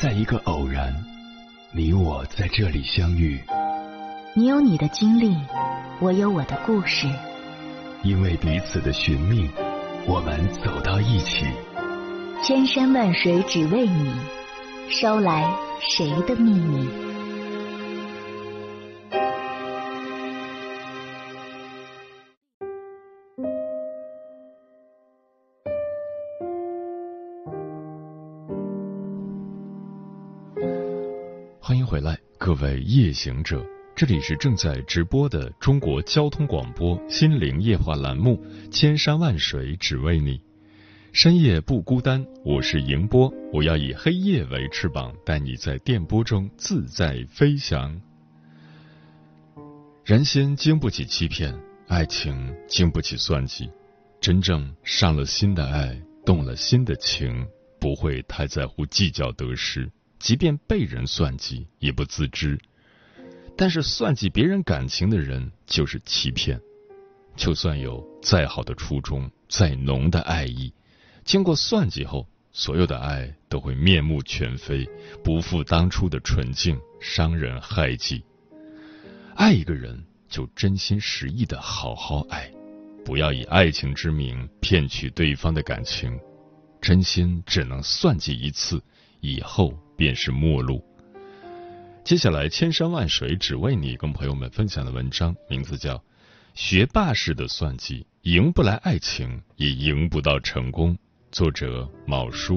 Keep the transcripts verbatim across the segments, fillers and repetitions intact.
在一个偶然，你我在这里相遇。 你有你的经历，我有我的故事。 因为彼此的寻觅，我们走到一起。 千山万水只为你，捎来谁的秘密？ 欢迎回来，各位夜行者，这里是正在直播的中国交通广播心灵夜话栏目《千山万水只为你》，深夜不孤单，我是迎波，我要以黑夜为翅膀，带你在电波中自在飞翔。人心经不起欺骗，爱情经不起算计，真正上了心的爱，动了心的情，不会太在乎计较得失，即便被人算计也不自知。但是算计别人感情的人就是欺骗，就算有再好的初衷，再浓的爱意，经过算计后，所有的爱都会面目全非，不复当初的纯净，伤人害己。爱一个人就真心实意的好好爱，不要以爱情之名骗取对方的感情，真心只能算计一次，以后便是陌路。接下来千山万水只为你跟朋友们分享的文章名字叫《学霸式的算计，赢不来爱情，也赢不到成功》，作者卯叔。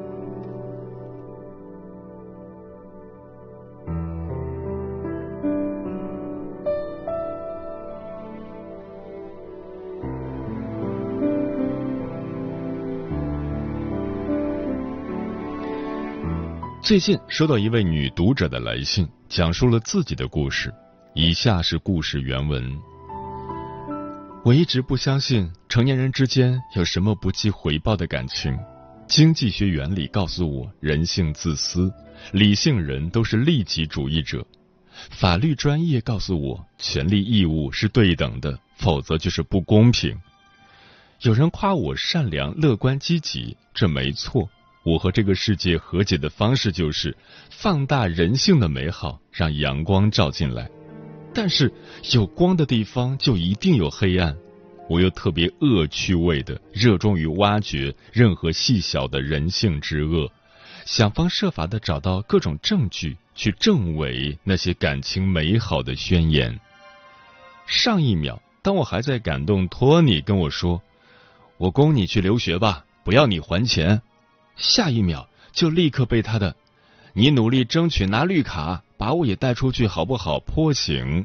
最近收到一位女读者的来信，讲述了自己的故事。以下是故事原文。我一直不相信成年人之间有什么不计回报的感情。经济学原理告诉我，人性自私，理性人都是利己主义者。法律专业告诉我，权利义务是对等的，否则就是不公平。有人夸我善良、乐观、积极，这没错。我和这个世界和解的方式就是放大人性的美好，让阳光照进来。但是有光的地方就一定有黑暗，我又特别恶趣味的热衷于挖掘任何细小的人性之恶，想方设法的找到各种证据去证伪那些感情美好的宣言。上一秒，当我还在感动托尼跟我说，我供你去留学吧，不要你还钱，下一秒就立刻被他的你努力争取拿绿卡，把我也带出去好不好泼醒。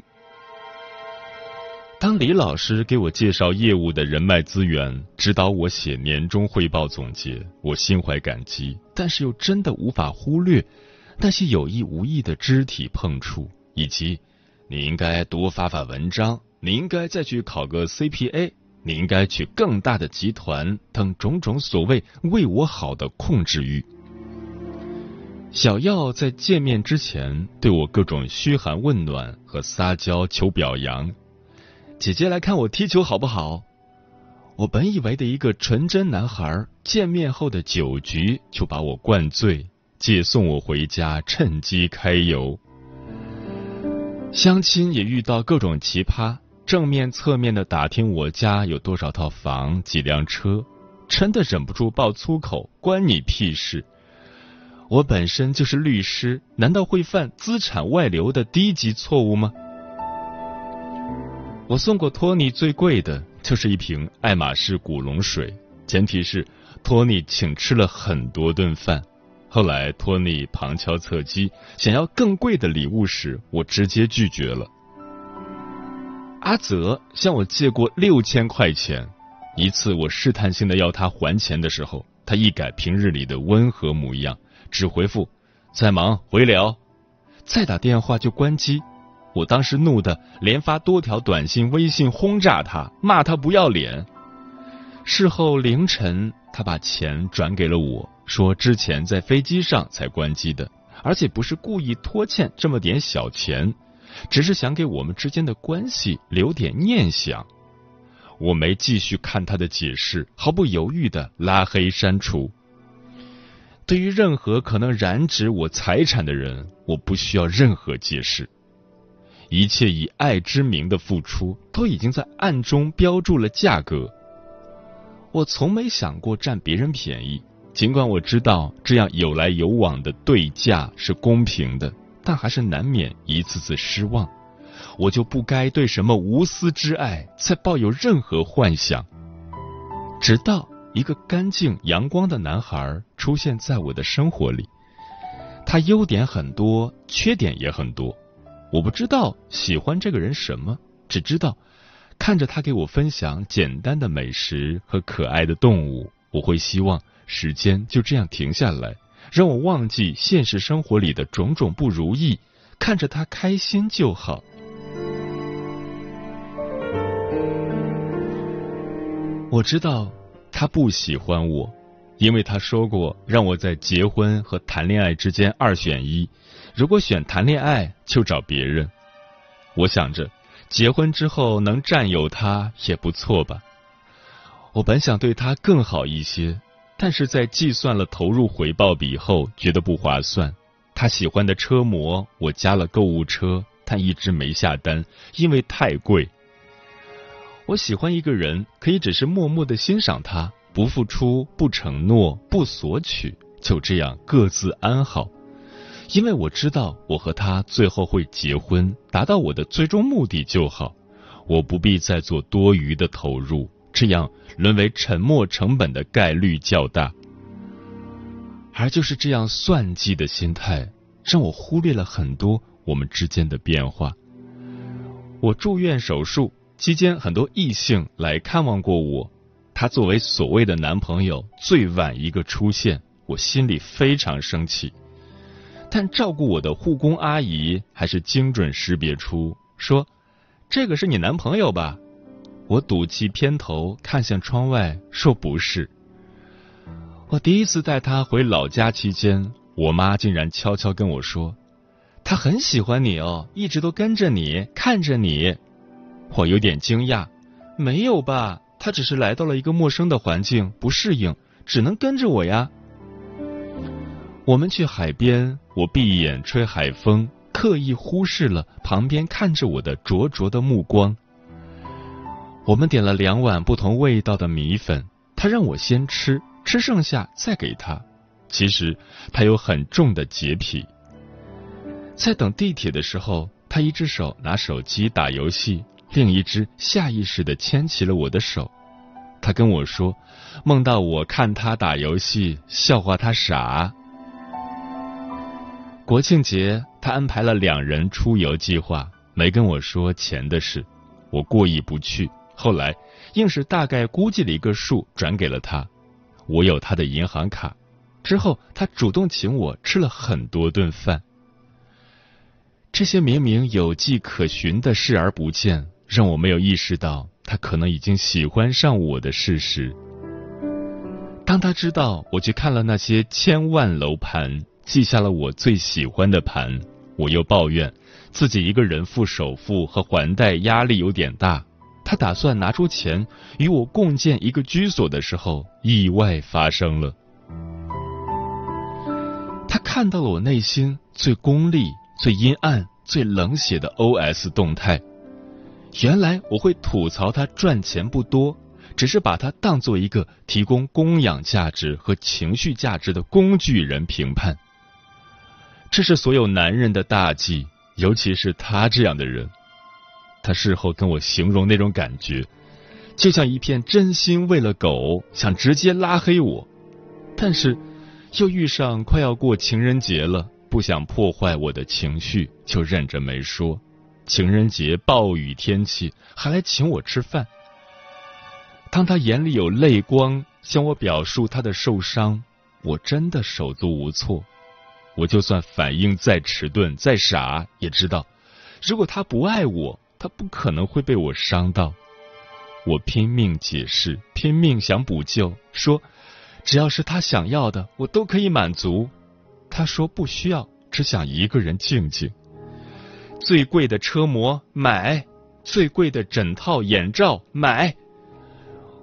当李老师给我介绍业务的人脉资源，指导我写年终汇报总结，我心怀感激，但是又真的无法忽略那些有意无意的肢体碰触，以及你应该多发发文章，你应该再去考个 C P A，你应该去更大的集团等种种所谓为我好的控制欲。小耀在见面之前对我各种嘘寒问暖和撒娇求表扬，姐姐来看我踢球好不好？我本以为的一个纯真男孩，见面后的酒局就把我灌醉，借送我回家，趁机开油。相亲也遇到各种奇葩，正面侧面的打听我家有多少套房几辆车，真的忍不住爆粗口，关你屁事。我本身就是律师，难道会犯资产外流的低级错误吗？我送过托尼最贵的就是一瓶爱马仕古龙水，前提是托尼请吃了很多顿饭。后来托尼旁敲侧击想要更贵的礼物时，我直接拒绝了。阿泽向我借过六千块钱，一次我试探性的要他还钱的时候，他一改平日里的温和模样，只回复在忙回聊，再打电话就关机。我当时怒得连发多条短信微信轰炸他，骂他不要脸。事后凌晨他把钱转给了我，说之前在飞机上才关机的，而且不是故意拖欠这么点小钱，只是想给我们之间的关系留点念想。我没继续看他的解释，毫不犹豫地拉黑删除。 对于任何可能染指我财产的人，我不需要任何解释。一切以爱之名的付出，都已经在暗中标注了价格。我从没想过占别人便宜，尽管我知道这样有来有往的对价是公平的，但还是难免一次次失望。我就不该对什么无私之爱再抱有任何幻想。直到一个干净阳光的男孩出现在我的生活里，他优点很多，缺点也很多。我不知道喜欢这个人什么，只知道看着他给我分享简单的美食和可爱的动物，我会希望时间就这样停下来，让我忘记现实生活里的种种不如意，看着他开心就好。我知道他不喜欢我，因为他说过让我在结婚和谈恋爱之间二选一，如果选谈恋爱就找别人。我想着结婚之后能占有他也不错吧。我本想对他更好一些，但是在计算了投入回报比后觉得不划算。他喜欢的车模我加了购物车，但一直没下单，因为太贵。我喜欢一个人，可以只是默默地欣赏他，不付出，不承诺，不索取，就这样各自安好。因为我知道我和他最后会结婚，达到我的最终目的就好，我不必再做多余的投入，这样沦为沉没成本的概率较大。而就是这样算计的心态，让我忽略了很多我们之间的变化。我住院手术期间，很多异性来看望过我，他作为所谓的男朋友最晚一个出现，我心里非常生气。但照顾我的护工阿姨还是精准识别出，说这个是你男朋友吧？我赌气偏头看向窗外，说不是。我第一次带他回老家期间，我妈竟然悄悄跟我说，他很喜欢你哦，一直都跟着你，看着你。我有点惊讶，没有吧，他只是来到了一个陌生的环境，不适应，只能跟着我呀。我们去海边，我闭眼吹海风，刻意忽视了旁边看着我的灼灼的目光。我们点了两碗不同味道的米粉，他让我先吃，吃剩下再给他。其实他有很重的洁癖。在等地铁的时候，他一只手拿手机打游戏，另一只下意识地牵起了我的手。他跟我说，梦到我看他打游戏，笑话他傻。国庆节，他安排了两人出游计划，没跟我说钱的事，我过意不去。后来硬是大概估计了一个数，转给了他。我有他的银行卡。之后，他主动请我吃了很多顿饭。这些明明有迹可循的视而不见，让我没有意识到他可能已经喜欢上我的事实。当他知道我去看了那些千万楼盘，记下了我最喜欢的盘，我又抱怨自己一个人付首付和还贷压力有点大。他打算拿出钱与我共建一个居所的时候，意外发生了。他看到了我内心最功利、最阴暗、最冷血的 O S 动态。原来我会吐槽他赚钱不多，只是把他当作一个提供供养价值和情绪价值的工具人评判。这是所有男人的大忌，尤其是他这样的人。他事后跟我形容那种感觉，就像一片真心喂了狗，想直接拉黑我。但是又遇上快要过情人节了，不想破坏我的情绪，就忍着没说。情人节暴雨天气，还来请我吃饭。当他眼里有泪光，向我表述他的受伤，我真的手足无措。我就算反应再迟钝再傻，也知道如果他不爱我，他不可能会被我伤到。我拼命解释，拼命想补救，说只要是他想要的，我都可以满足。他说不需要，只想一个人静静。最贵的车模买，最贵的枕套眼罩买。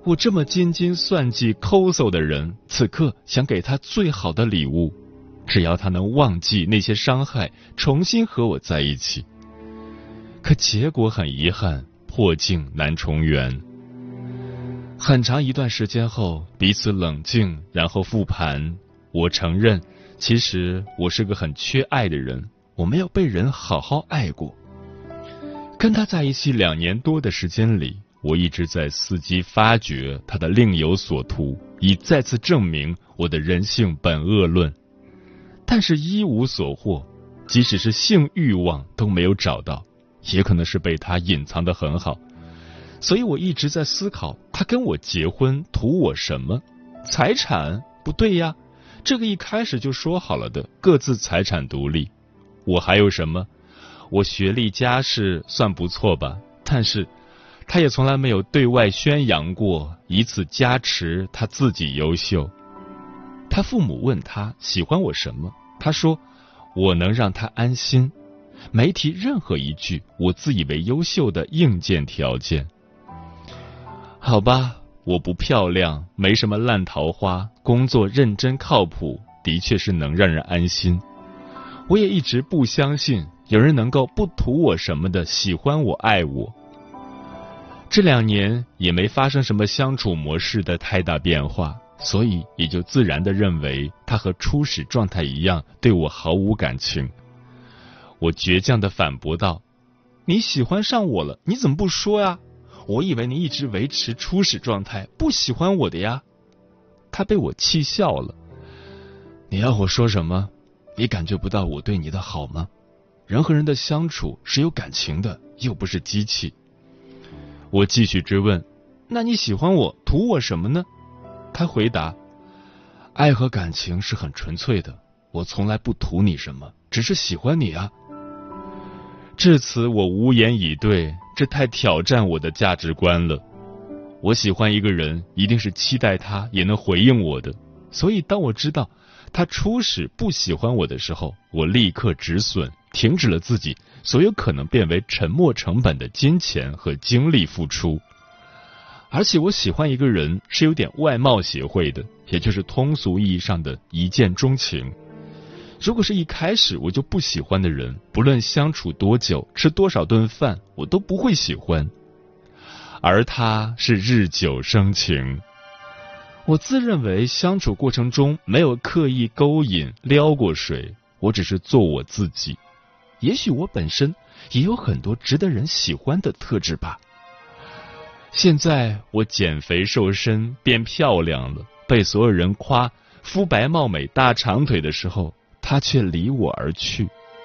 我这么斤斤算计抠搜的人，此刻想给他最好的礼物，只要他能忘记那些伤害，重新和我在一起。可结果很遗憾，破镜难重圆。很长一段时间后，彼此冷静，然后复盘，我承认，其实我是个很缺爱的人，我没有被人好好爱过。跟他在一起两年多的时间里，我一直在伺机发掘他的另有所图，以再次证明我的人性本恶论。但是一无所获，即使是性欲望都没有找到，也可能是被他隐藏得很好。所以我一直在思考，他跟我结婚图我什么？财产？不对呀，这个一开始就说好了的，各自财产独立。我还有什么？我学历家世算不错吧，但是他也从来没有对外宣扬过，以此加持他自己优秀。他父母问他喜欢我什么，他说我能让他安心，没提任何一句我自以为优秀的硬件条件。好吧，我不漂亮，没什么烂桃花，工作认真靠谱，的确是能让人安心。我也一直不相信有人能够不图我什么的喜欢我爱我。这两年也没发生什么相处模式的太大变化，所以也就自然地认为他和初始状态一样，对我毫无感情。我倔强地反驳道：你喜欢上我了，你怎么不说呀？我以为你一直维持初始状态，不喜欢我的呀。他被我气笑了。你要我说什么？你感觉不到我对你的好吗？人和人的相处是有感情的，又不是机器。我继续追问，那你喜欢我，图我什么呢？他回答，爱和感情是很纯粹的，我从来不图你什么，只是喜欢你啊。至此我无言以对，这太挑战我的价值观了。我喜欢一个人，一定是期待他也能回应我的，所以当我知道他初始不喜欢我的时候，我立刻止损，停止了自己所有可能变为沉没成本的金钱和精力付出。而且我喜欢一个人是有点外貌协会的，也就是通俗意义上的一见钟情。如果是一开始我就不喜欢的人，不论相处多久，吃多少顿饭，我都不会喜欢。而他是日久生情。我自认为相处过程中没有刻意勾引撩过谁，我只是做我自己。也许我本身也有很多值得人喜欢的特质吧。现在我减肥瘦身变漂亮了，被所有人夸肤白貌美大长腿的时候，他却离我而去。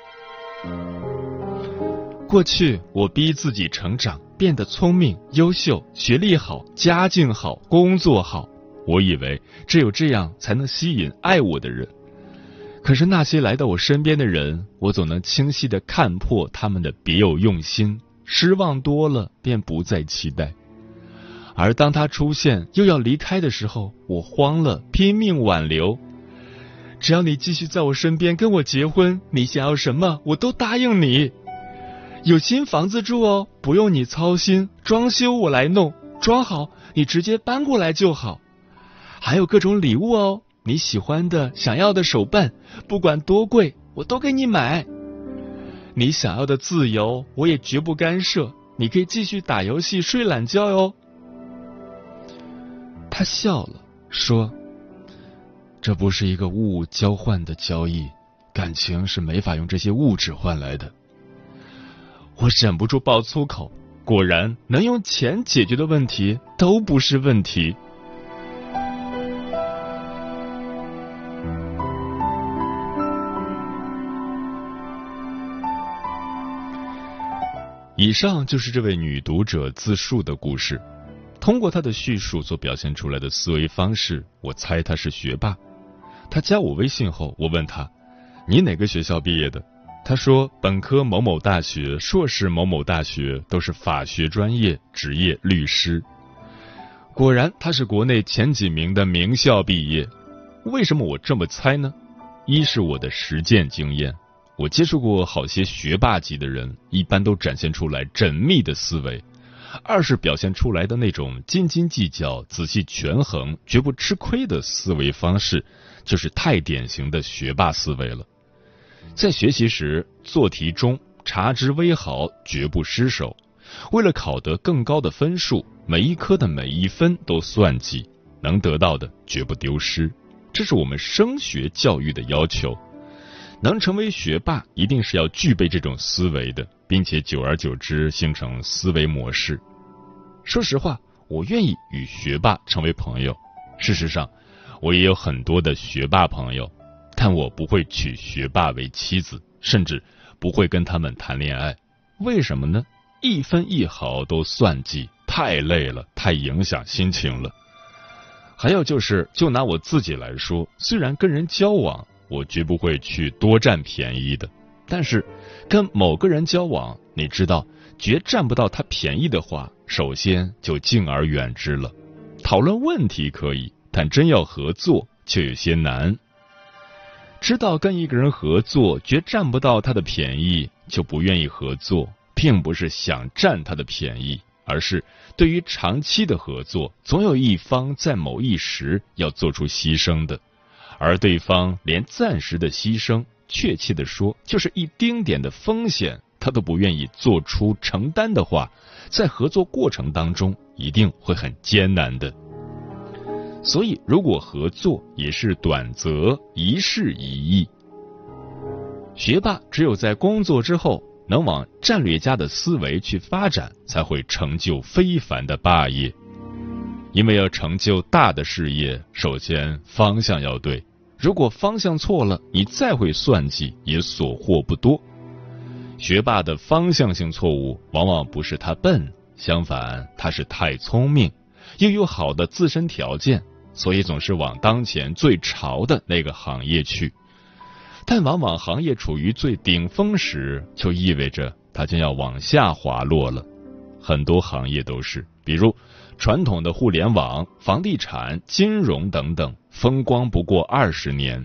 过去我逼自己成长，变得聪明优秀，学历好，家境好，工作好，我以为只有这样才能吸引爱我的人。可是那些来到我身边的人，我总能清晰地看破他们的别有用心，失望多了便不再期待。而当他出现又要离开的时候，我慌了，拼命挽留。只要你继续在我身边跟我结婚，你想要什么我都答应你。有新房子住哦，不用你操心，装修我来弄，装好你直接搬过来就好。还有各种礼物哦，你喜欢的想要的手办，不管多贵我都给你买。你想要的自由我也绝不干涉，你可以继续打游戏睡懒觉哟。他笑了，说，这不是一个物物交换的交易，感情是没法用这些物质换来的。我忍不住爆粗口，果然能用钱解决的问题都不是问题。以上就是这位女读者自述的故事。通过她的叙述所表现出来的思维方式，我猜她是学霸。她加我微信后，我问她，你哪个学校毕业的？她说本科某某大学，硕士某某大学，都是法学专业，职业律师。果然她是国内前几名的名校毕业。为什么我这么猜呢？一是我的实践经验，我接触过好些学霸级的人，一般都展现出来缜密的思维， 二是表现出来的那种斤斤计较、仔细权衡、绝不吃亏的思维方式，就是太典型的学霸思维了。在学习时，做题中察之微毫，绝不失手。为了考得更高的分数，每一科的每一分都算计，能得到的绝不丢失。这是我们升学教育的要求。能成为学霸，一定是要具备这种思维的，并且久而久之形成思维模式。说实话，我愿意与学霸成为朋友。事实上，我也有很多的学霸朋友，但我不会娶学霸为妻子，甚至不会跟他们谈恋爱。为什么呢？一分一毫都算计，太累了，太影响心情了。还有就是，就拿我自己来说，虽然跟人交往，我绝不会去多占便宜的，但是跟某个人交往，你知道，绝占不到他便宜的话，首先就敬而远之了。讨论问题可以，但真要合作就有些难。知道跟一个人合作绝占不到他的便宜，就不愿意合作，并不是想占他的便宜，而是对于长期的合作，总有一方在某一时要做出牺牲的，而对方连暂时的牺牲，确切的说，就是一丁点的风险，他都不愿意做出承担的话，在合作过程当中一定会很艰难的。所以如果合作也是短则一事一议。学霸只有在工作之后能往战略家的思维去发展，才会成就非凡的霸业。因为要成就大的事业，首先方向要对，如果方向错了，你再会算计也所获不多。学霸的方向性错误往往不是他笨，相反他是太聪明，又有好的自身条件，所以总是往当前最潮的那个行业去。但往往行业处于最顶峰时，就意味着它将要往下滑落了。很多行业都是，比如传统的互联网、房地产、金融等等，风光不过二十年。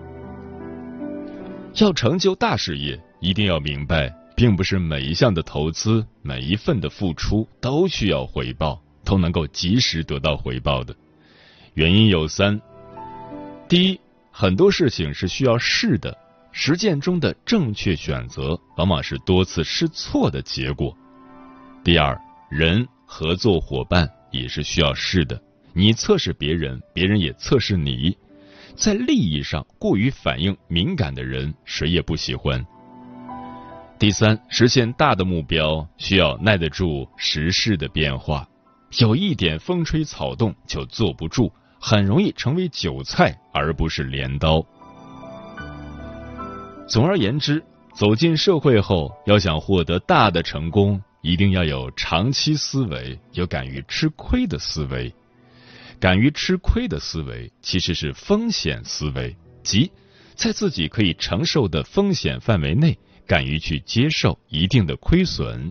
要成就大事业，一定要明白，并不是每一项的投资、每一份的付出都需要回报，都能够及时得到回报的。原因有三：第一，很多事情是需要试的，实践中的正确选择往往是多次试错的结果。第二，人合作伙伴也是需要试的，你测试别人，别人也测试你。在利益上过于反应敏感的人，谁也不喜欢。第三，实现大的目标需要耐得住时势的变化，有一点风吹草动就坐不住，很容易成为韭菜而不是镰刀。总而言之，走进社会后，要想获得大的成功，一定要有长期思维，有敢于吃亏的思维。敢于吃亏的思维其实是风险思维，即在自己可以承受的风险范围内，敢于去接受一定的亏损。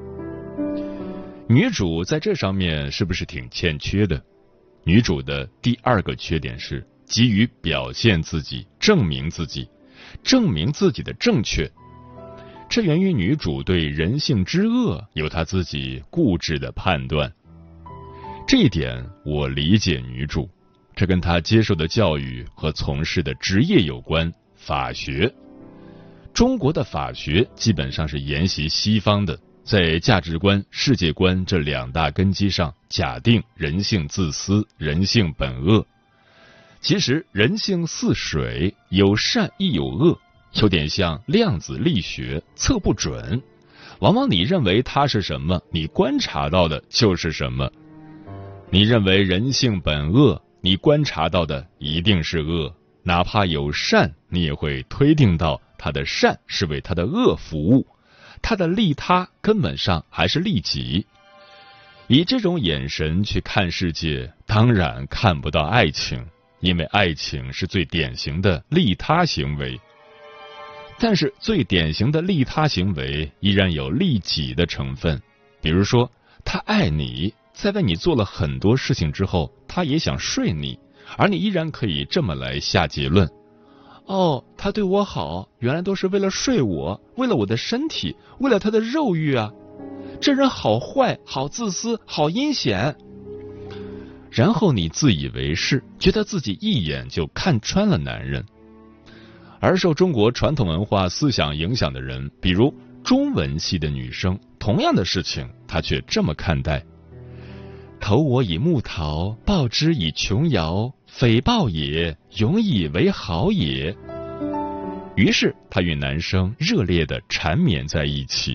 女主在这上面是不是挺欠缺的？女主的第二个缺点是急于表现自己，证明自己，证明自己的正确。这源于女主对人性之恶有她自己固执的判断。这一点我理解女主，这跟她接受的教育和从事的职业有关。法学，中国的法学基本上是沿袭西方的，在价值观、世界观这两大根基上，假定人性自私，人性本恶。其实人性似水，有善亦有恶，有点像量子力学，测不准。往往你认为它是什么，你观察到的就是什么。你认为人性本恶，你观察到的一定是恶，哪怕有善，你也会推定到他的善是为他的恶服务，他的利他根本上还是利己。以这种眼神去看世界，当然看不到爱情，因为爱情是最典型的利他行为。但是最典型的利他行为依然有利己的成分，比如说他爱你，在为你做了很多事情之后，他也想睡你，而你依然可以这么来下结论：哦，他对我好，原来都是为了睡我，为了我的身体，为了他的肉欲啊。 这人好坏，好自私，好阴险。然后你自以为是，觉得自己一眼就看穿了男人。而受中国传统文化思想影响的人，比如中文系的女生，同样的事情她却这么看待：投我以木桃，报之以琼瑶，匪报也，永以为好也。于是她与男生热烈地缠绵在一起。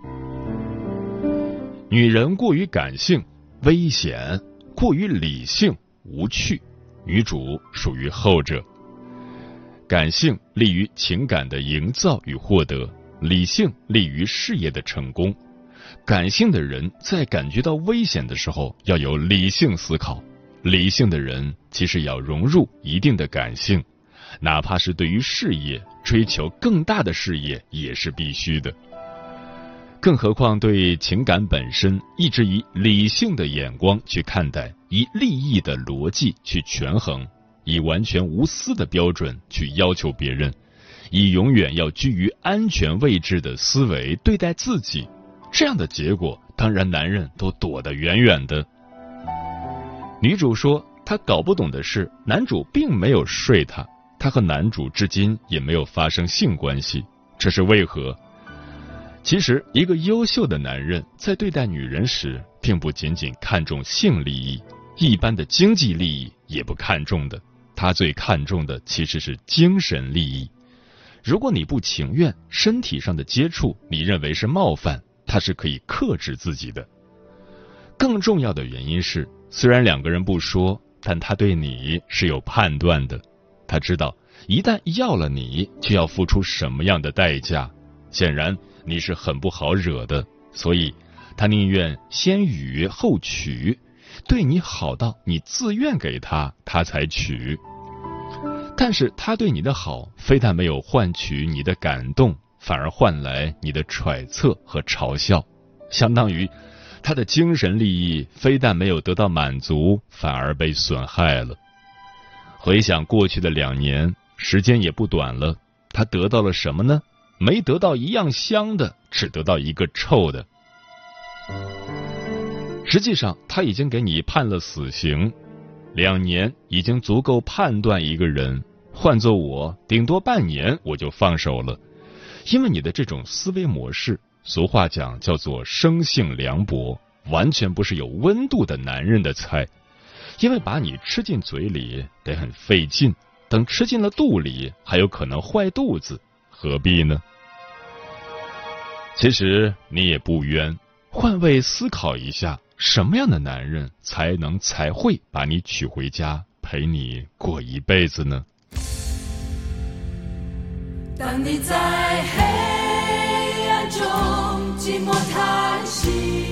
女人过于感性，危险；过于理性，无趣。女主属于后者。感性利于情感的营造与获得，理性利于事业的成功。感性的人在感觉到危险的时候要有理性思考，理性的人其实要融入一定的感性，哪怕是对于事业追求更大的事业也是必须的。更何况对情感本身一直以理性的眼光去看待，以利益的逻辑去权衡，以完全无私的标准去要求别人，以永远要居于安全位置的思维对待自己，这样的结果当然男人都躲得远远的。女主说她搞不懂的是，男主并没有睡她，她和男主至今也没有发生性关系，这是为何？其实一个优秀的男人在对待女人时，并不仅仅看重性利益，一般的经济利益也不看重的，他最看重的其实是精神利益。如果你不情愿，身体上的接触你认为是冒犯，他是可以克制自己的。更重要的原因是，虽然两个人不说，但他对你是有判断的，他知道一旦要了你，就要付出什么样的代价。显然你是很不好惹的，所以他宁愿先予后取，对你好到你自愿给他，他才取。但是他对你的好非但没有换取你的感动，反而换来你的揣测和嘲笑，相当于他的精神利益非但没有得到满足，反而被损害了。回想过去的两年，时间也不短了，他得到了什么呢？没得到一样香的，只得到一个臭的。实际上他已经给你判了死刑，两年已经足够判断一个人，换做我顶多半年我就放手了。因为你的这种思维模式，俗话讲叫做生性凉薄，完全不是有温度的男人的菜。因为把你吃进嘴里得很费劲，等吃进了肚里还有可能坏肚子，何必呢？其实你也不冤，换位思考一下，什么样的男人才能才会把你娶回家，陪你过一辈子呢？ 当你在黑暗中寂寞叹息，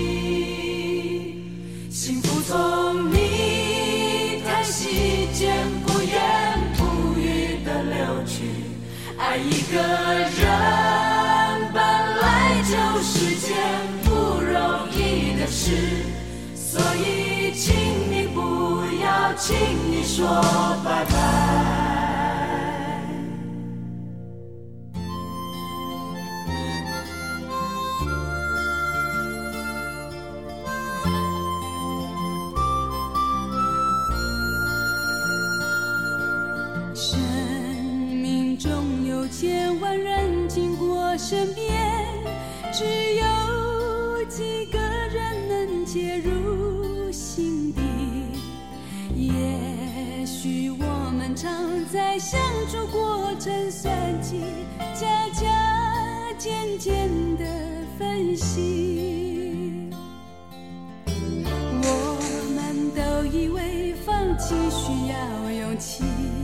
幸福从你叹息间不言不语的流去，爱一个人本来就是件不容易的事，所以请你不要轻易说拜拜。生命中有千万人经过身边，只有几个人能介入心底。也许我们常在相处过程算计，加加减减的分析。我们都以为放弃需要勇气，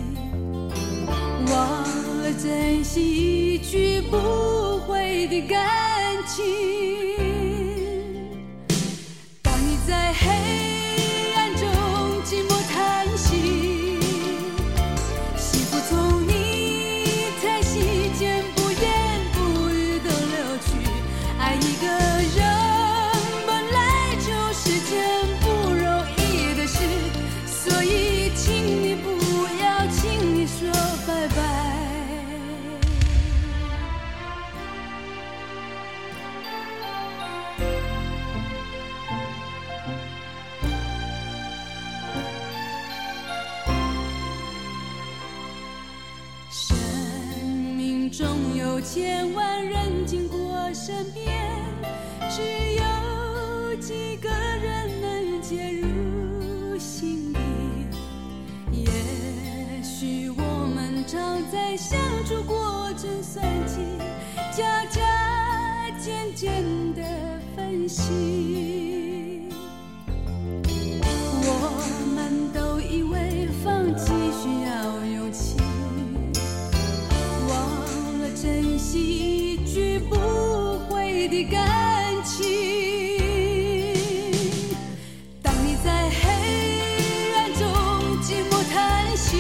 忘了珍惜一去不回的感情。当你在黑暗中寂寞叹息，幸福从你叹息间不言不语的流去，爱一个人本来就是件不容易的事，所以请你不要轻易说拜拜。 总有千万人经过身边，只有几个人能介入心底。也许我们常在相处过程算计，加加减减的分析。我们都以为放弃需要勇气，忘了珍惜一句不回的感情。当你在黑暗中寂寞叹息，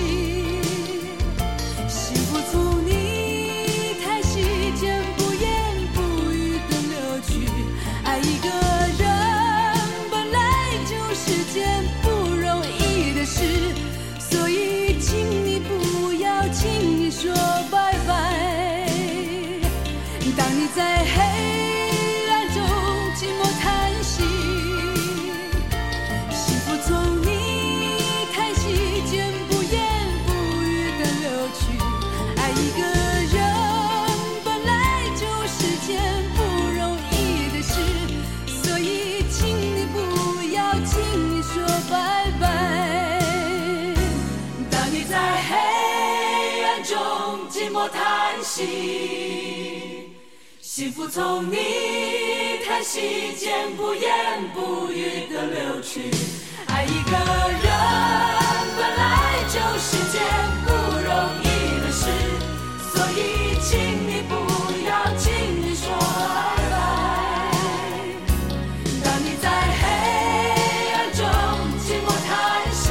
幸福从你叹息间不言不语的流去。爱一个人本来就是件不容易的事，所以请你不要轻易说拜拜。当你在黑暗中寂寞叹息，幸福从你叹息间不言不语的流去。爱一个人本来就是件不容易的事，所以请你不要轻易说拜拜。当你在黑暗中寂寞叹息，幸福从你叹息间不言不语的流去。爱一个人本来就是件不容易的事，所以请你不要轻易说拜拜。当你在黑暗中寂寞叹息，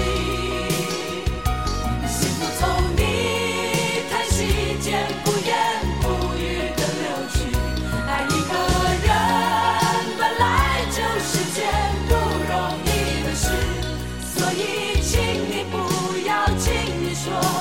幸福从你叹息间不言不语的流去。爱一个人本来就是件不容易的事，所以请你不要轻易说